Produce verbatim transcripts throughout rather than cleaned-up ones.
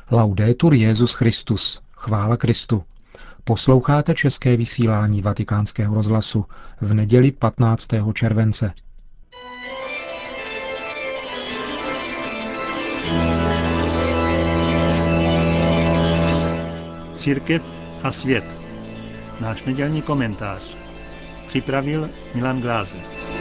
Laudetur Jesus Christus. Chvála Kristu. Posloucháte české vysílání Vatikánského rozhlasu v neděli patnáctého července. Církev a svět. Náš nedělní komentář. Připravil Milan Glázer.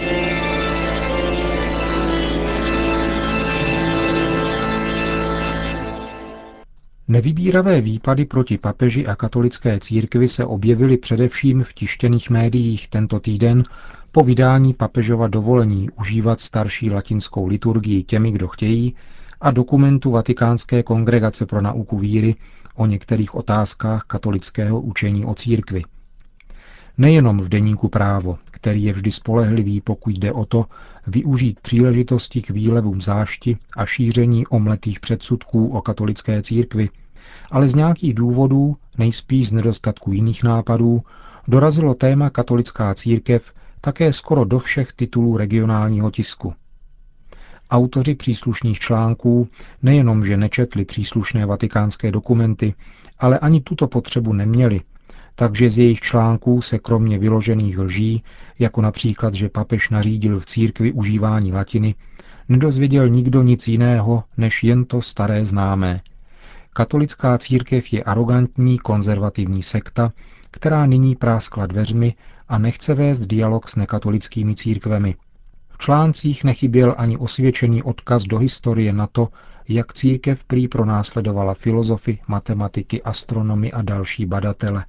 Nevybíravé výpady proti papeži a katolické církvi se objevily především v tištěných médiích tento týden po vydání papežova dovolení užívat starší latinskou liturgii těmi, kdo chtějí, a dokumentu Vatikánské kongregace pro nauku víry o některých otázkách katolického učení o církvi. Nejenom v deníku Právo, který je vždy spolehlivý, pokud jde o to využít příležitosti k výlevům zášti a šíření omletých předsudků o katolické církvi, ale z nějakých důvodů, nejspíš z nedostatku jiných nápadů, dorazilo téma katolická církev také skoro do všech titulů regionálního tisku. Autoři příslušných článků nejenom, že nečetli příslušné vatikánské dokumenty, ale ani tuto potřebu neměli, takže z jejich článků se kromě vyložených lží, jako například, že papež nařídil v církvi užívání latiny, nedozvěděl nikdo nic jiného, než jen to staré známé. Katolická církev je arogantní, konzervativní sekta, která nyní práskla dveřmi a nechce vést dialog s nekatolickými církvemi. V článcích nechyběl ani osvědčený odkaz do historie na to, jak církev prý pronásledovala filozofy, matematiky, astronomy a další badatele.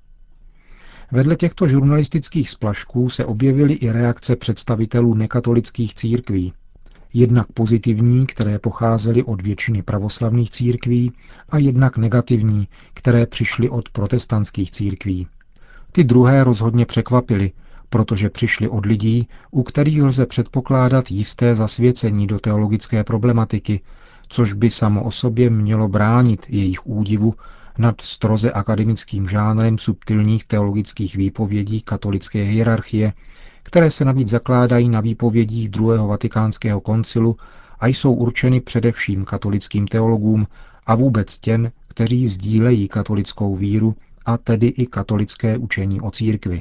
Vedle těchto žurnalistických splašků se objevily i reakce představitelů nekatolických církví. Jednak pozitivní, které pocházely od většiny pravoslavných církví, a jednak negativní, které přišly od protestantských církví. Ty druhé rozhodně překvapily, protože přišly od lidí, u kterých lze předpokládat jisté zasvěcení do teologické problematiky, což by samo o sobě mělo bránit jejich údivu nad stroze akademickým žánrem subtilních teologických výpovědí katolické hierarchie, které se navíc zakládají na výpovědích druhého vatikánského koncilu a jsou určeny především katolickým teologům a vůbec těm, kteří sdílejí katolickou víru a tedy i katolické učení o církvi.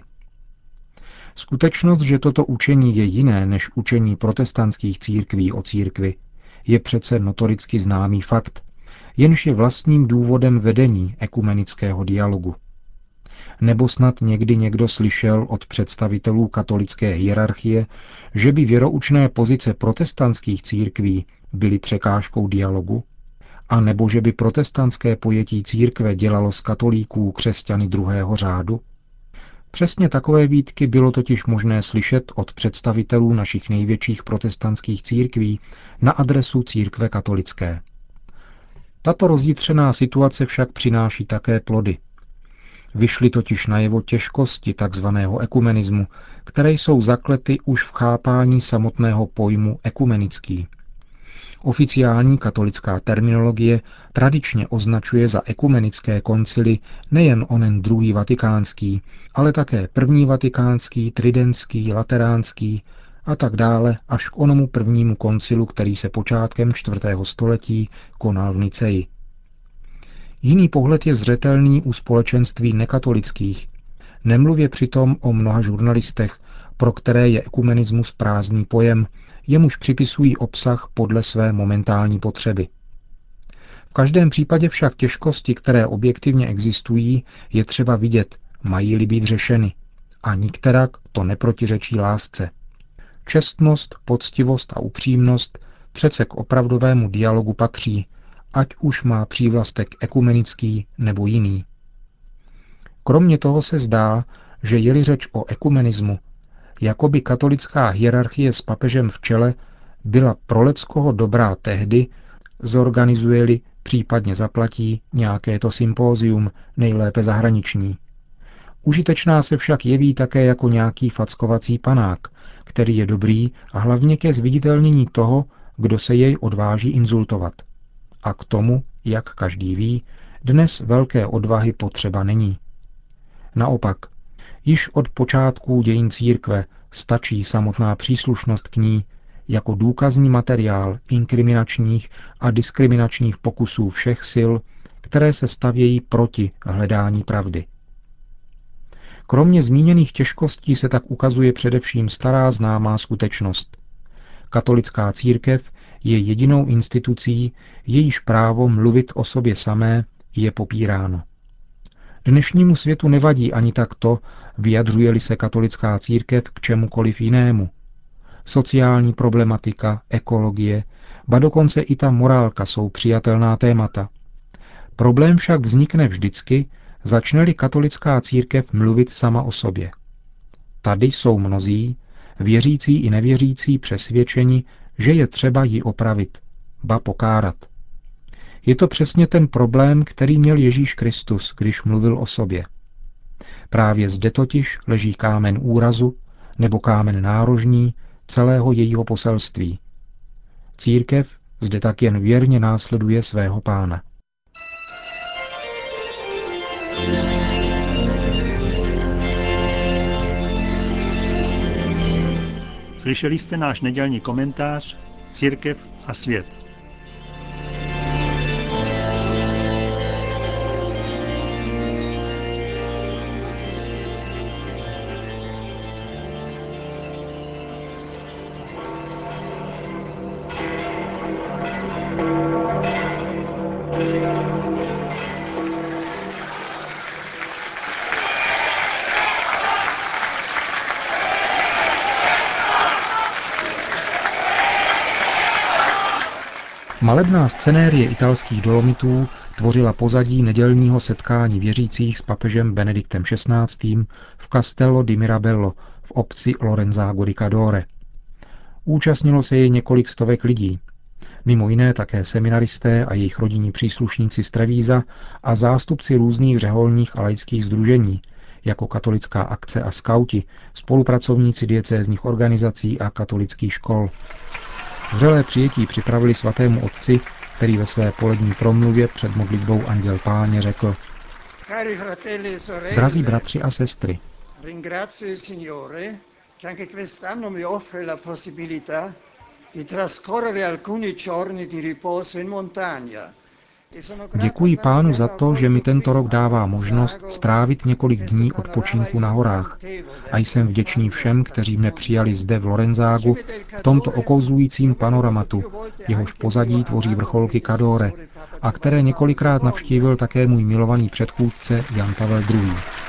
Skutečnost, že toto učení je jiné než učení protestantských církví o církvi, je přece notoricky známý fakt, jenž je vlastním důvodem vedení ekumenického dialogu. Nebo snad někdy někdo slyšel od představitelů katolické hierarchie, že by věroučné pozice protestantských církví byly překážkou dialogu? A nebo že by protestantské pojetí církve dělalo z katolíků křesťany druhého řádu? Přesně takové výtky bylo totiž možné slyšet od představitelů našich největších protestantských církví na adresu církve katolické. Tato rozjitřená situace však přináší také plody. Vyšly totiž najevo těžkosti tzv. Ekumenismu, které jsou zaklety už v chápání samotného pojmu ekumenický. Oficiální katolická terminologie tradičně označuje za ekumenické koncily nejen onen druhý vatikánský, ale také první vatikánský, tridentský, lateránský a tak dále až k onomu prvnímu koncilu, který se počátkem čtvrtého století konal v Niceji. Jiný pohled je zřetelný u společenství nekatolických, nemluvě přitom o mnoha žurnalistech, pro které je ekumenismus prázdný pojem, jemuž připisují obsah podle své momentální potřeby. V každém případě však těžkosti, které objektivně existují, je třeba vidět, mají-li být řešeny, a nikterak to neprotiřečí lásce. Čestnost, poctivost a upřímnost přece k opravdovému dialogu patří, ať už má přívlastek ekumenický nebo jiný. Kromě toho se zdá, že je-li řeč o ekumenismu, jakoby katolická hierarchie s papežem v čele byla pro lidskoho dobrá tehdy, zorganizuje-li, případně zaplatí nějaké to sympózium, nejlépe zahraniční. Užitečná se však jeví také jako nějaký fackovací panák, který je dobrý a hlavně ke zviditelnění toho, kdo se jej odváží insultovat. A k tomu, jak každý ví, dnes velké odvahy potřeba není. Naopak, již od počátků dějin církve stačí samotná příslušnost k ní, jako důkazní materiál inkriminačních a diskriminačních pokusů všech sil, které se stavějí proti hledání pravdy. Kromě zmíněných těžkostí se tak ukazuje především stará známá skutečnost. Katolická církev je jedinou institucí, jejíž právo mluvit o sobě samé je popíráno. Dnešnímu světu nevadí ani tak to, vyjadřuje-li se katolická církev k čemukoliv jinému. Sociální problematika, ekologie, ba dokonce i ta morálka jsou přijatelná témata. Problém však vznikne vždycky, začne-li katolická církev mluvit sama o sobě. Tady jsou mnozí, věřící i nevěřící, přesvědčeni, že je třeba ji opravit, ba pokárat. Je to přesně ten problém, který měl Ježíš Kristus, když mluvil o sobě. Právě zde totiž leží kámen úrazu nebo kámen nárožní celého jejího poselství. Církev zde tak jen věrně následuje svého Pána. Slyšeli jste náš nedělní komentář Církev a svět. Malebná scenérie italských Dolomitů tvořila pozadí nedělního setkání věřících s papežem Benediktem šestnáctým v Castello di Mirabello v obci Lorenzago di Cadore. Účastnilo se jej několik stovek lidí, mimo jiné také seminaristé a jejich rodinní příslušníci z Trevíza a zástupci různých řeholních a laických sdružení, jako Katolická akce a skauti, spolupracovníci diecézních organizací a katolických škol. Vřelé přijetí připravili svatému otci, který ve své polední promluvě před modlitbou Anděl Páně řekl: Drazí bratři a sestry, děkuji Pánu za to, že mi tento rok dává možnost strávit několik dní odpočinku na horách a jsem vděčný všem, kteří mne přijali zde v Lorenzágu, v tomto okouzlujícím panoramatu, jehož pozadí tvoří vrcholky Cadore a které několikrát navštívil také můj milovaný předchůdce Jan Pavel druhý.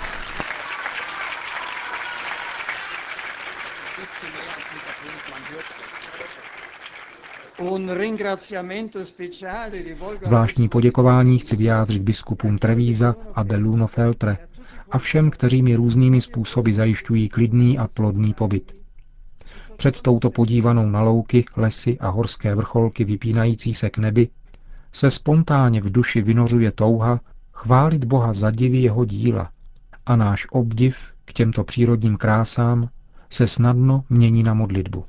Zvláštní poděkování chci vyjádřit biskupům Trevíza a Belluno Feltre a všem, kteří mi různými způsoby zajišťují klidný a plodný pobyt. Před touto podívanou na louky, lesy a horské vrcholky vypínající se k nebi se spontánně v duši vynořuje touha chválit Boha za divy jeho díla a náš obdiv k těmto přírodním krásám se snadno mění na modlitbu.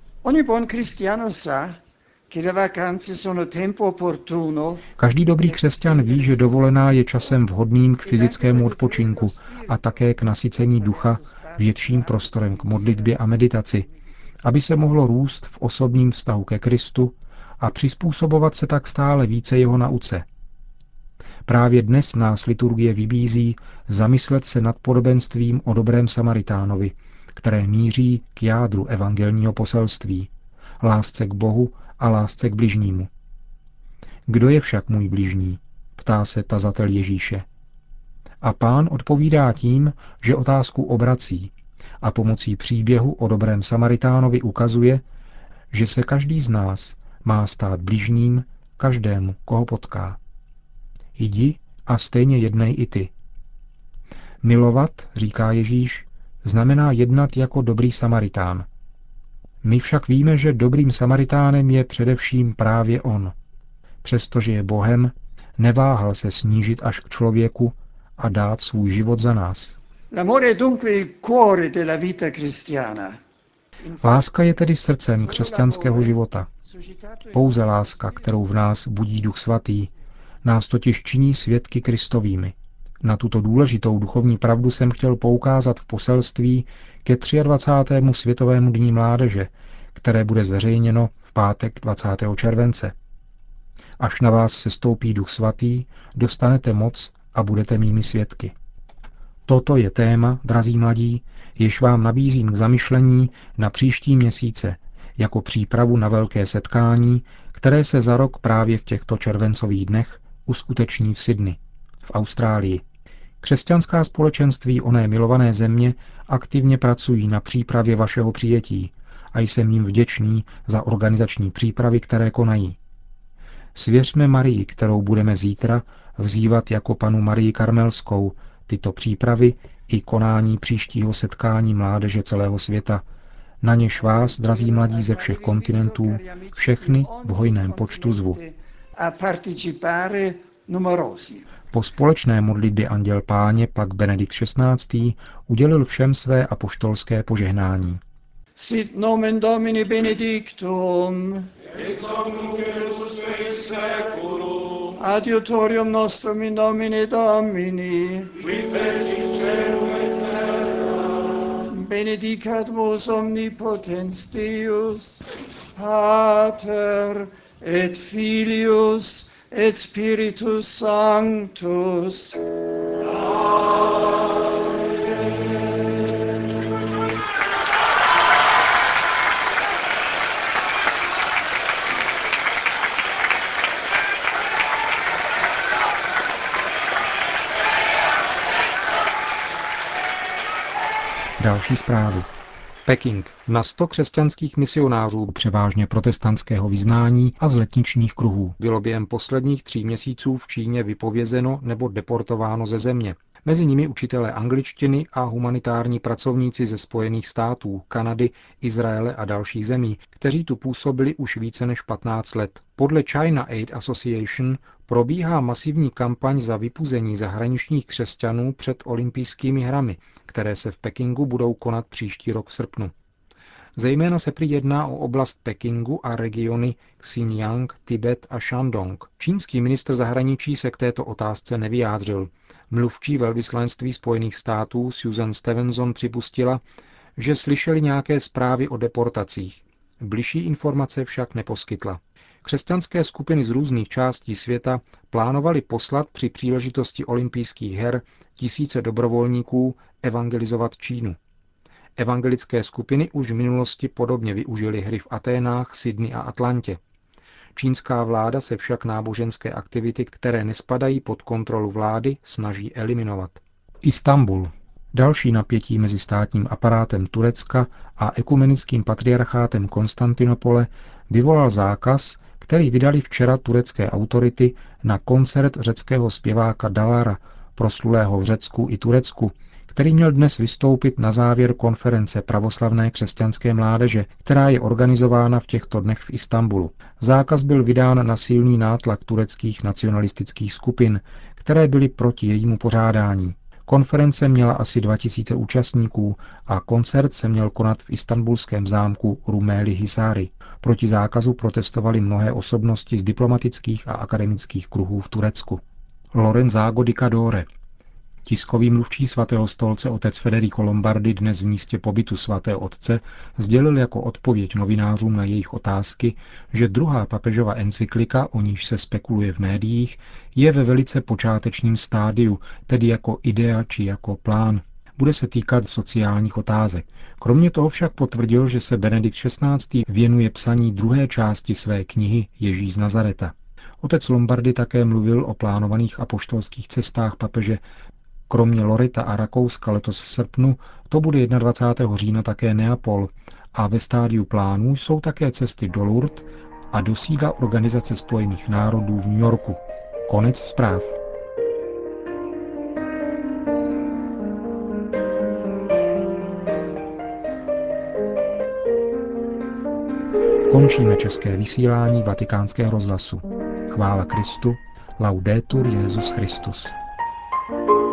Každý dobrý křesťan ví, že dovolená je časem vhodným k fyzickému odpočinku a také k nasycení ducha větším prostorem k modlitbě a meditaci, aby se mohlo růst v osobním vztahu ke Kristu a přizpůsobovat se tak stále více jeho nauce. Právě dnes nás liturgie vybízí zamyslet se nad podobenstvím o dobrém Samaritánovi, které míří k jádru evangelního poselství, lásce k Bohu a lásce k bližnímu. Kdo je však můj bližní? Ptá se tazatel Ježíše. A Pán odpovídá tím, že otázku obrací a pomocí příběhu o dobrém Samaritánovi ukazuje, že se každý z nás má stát bližním každému, koho potká. Jdi a stejně jednej i ty. Milovat, říká Ježíš, znamená jednat jako dobrý Samaritán. My však víme, že dobrým Samaritánem je především právě on. Přestože je Bohem, neváhal se snížit až k člověku a dát svůj život za nás. Láska je tedy srdcem křesťanského života. Pouze láska, kterou v nás budí Duch Svatý, nás totiž činí svědky Kristovými. Na tuto důležitou duchovní pravdu jsem chtěl poukázat v poselství ke dvacátému třetímu světovému dní mládeže, které bude zveřejněno v pátek dvacátého července. Až na vás sestoupí Duch Svatý, dostanete moc a budete mými svědky. Toto je téma, drazí mladí, jež vám nabízím k zamyšlení na příští měsíce, jako přípravu na velké setkání, které se za rok právě v těchto červencových dnech uskuteční v Sydney, v Austrálii. Křesťanská společenství oné milované země aktivně pracují na přípravě vašeho přijetí a jsem jim vděčný za organizační přípravy, které konají. Svěřme Marii, kterou budeme zítra vzývat jako panu Marii Karmelskou, tyto přípravy i konání příštího setkání mládeže celého světa, na něž vás, drazí mladí ze všech kontinentů, všechny v hojném počtu zvu. Po společné modlitbě Anděl Páně pak Benedikt šestnáctý. udělil všem své apoštolské požehnání. Sit nomen Domini benedictum, adiutorium nostrum in nomine Domini, benedicat vos omnipotens Deus, Pater et Filius et Spiritus Sanctus. Další zprávy. Peking. Na sto křesťanských misionářů převážně protestantského vyznání a z letničních kruhů bylo během posledních tří měsíců v Číně vypovězeno nebo deportováno ze země. Mezi nimi učitelé angličtiny a humanitární pracovníci ze Spojených států, Kanady, Izraele a dalších zemí, kteří tu působili už více než patnáct let. Podle China Aid Association probíhá masivní kampaň za vypuzení zahraničních křesťanů před olympijskými hrami, které se v Pekingu budou konat příští rok v srpnu. Zejména se prý jedná o oblast Pekingu a regiony Xinjiang, Tibet a Shandong. Čínský ministr zahraničí se k této otázce nevyjádřil. Mluvčí velvyslanectví Spojených států Susan Stevenson připustila, že slyšeli nějaké zprávy o deportacích. Bližší informace však neposkytla. Křesťanské skupiny z různých částí světa plánovaly poslat při příležitosti olympijských her tisíce dobrovolníků evangelizovat Čínu. Evangelické skupiny už v minulosti podobně využily hry v Aténách, Sydney a Atlantě. Čínská vláda se však náboženské aktivity, které nespadají pod kontrolu vlády, snaží eliminovat. Istanbul. Další napětí mezi státním aparátem Turecka a ekumenickým patriarchátem Konstantinopole vyvolal zákaz, který vydali včera turecké autority na koncert řeckého zpěváka Dalara, proslulého v Řecku i Turecku, který měl dnes vystoupit na závěr konference pravoslavné křesťanské mládeže, která je organizována v těchto dnech v Istanbulu. Zákaz byl vydán na silný nátlak tureckých nacionalistických skupin, které byly proti jejímu pořádání. Konference měla asi dva tisíce účastníků a koncert se měl konat v istanbulském zámku Rumeli Hisari. Proti zákazu protestovali mnohé osobnosti z diplomatických a akademických kruhů v Turecku. Lorenzago di Cadore. Tiskový mluvčí svatého stolce otec Federico Lombardi dnes v místě pobytu svatého otce sdělil jako odpověď novinářům na jejich otázky, že druhá papežova encyklika, o níž se spekuluje v médiích, je ve velice počátečním stádiu, tedy jako idea či jako plán. Bude se týkat sociálních otázek. Kromě toho však potvrdil, že se Benedikt šestnáctý. věnuje psaní druhé části své knihy Ježíš z Nazareta. Otec Lombardi také mluvil o plánovaných apoštolských cestách papeže. Kromě Loreta a Rakouska letos v srpnu to bude dvacátého prvního října také Neapol a ve stádiu plánů jsou také cesty do Lourdes a do sídla Organizace spojených národů v New Yorku. Konec zpráv. Končíme české vysílání Vatikánského rozhlasu. Chvála Kristu, laudetur Jesus Christus.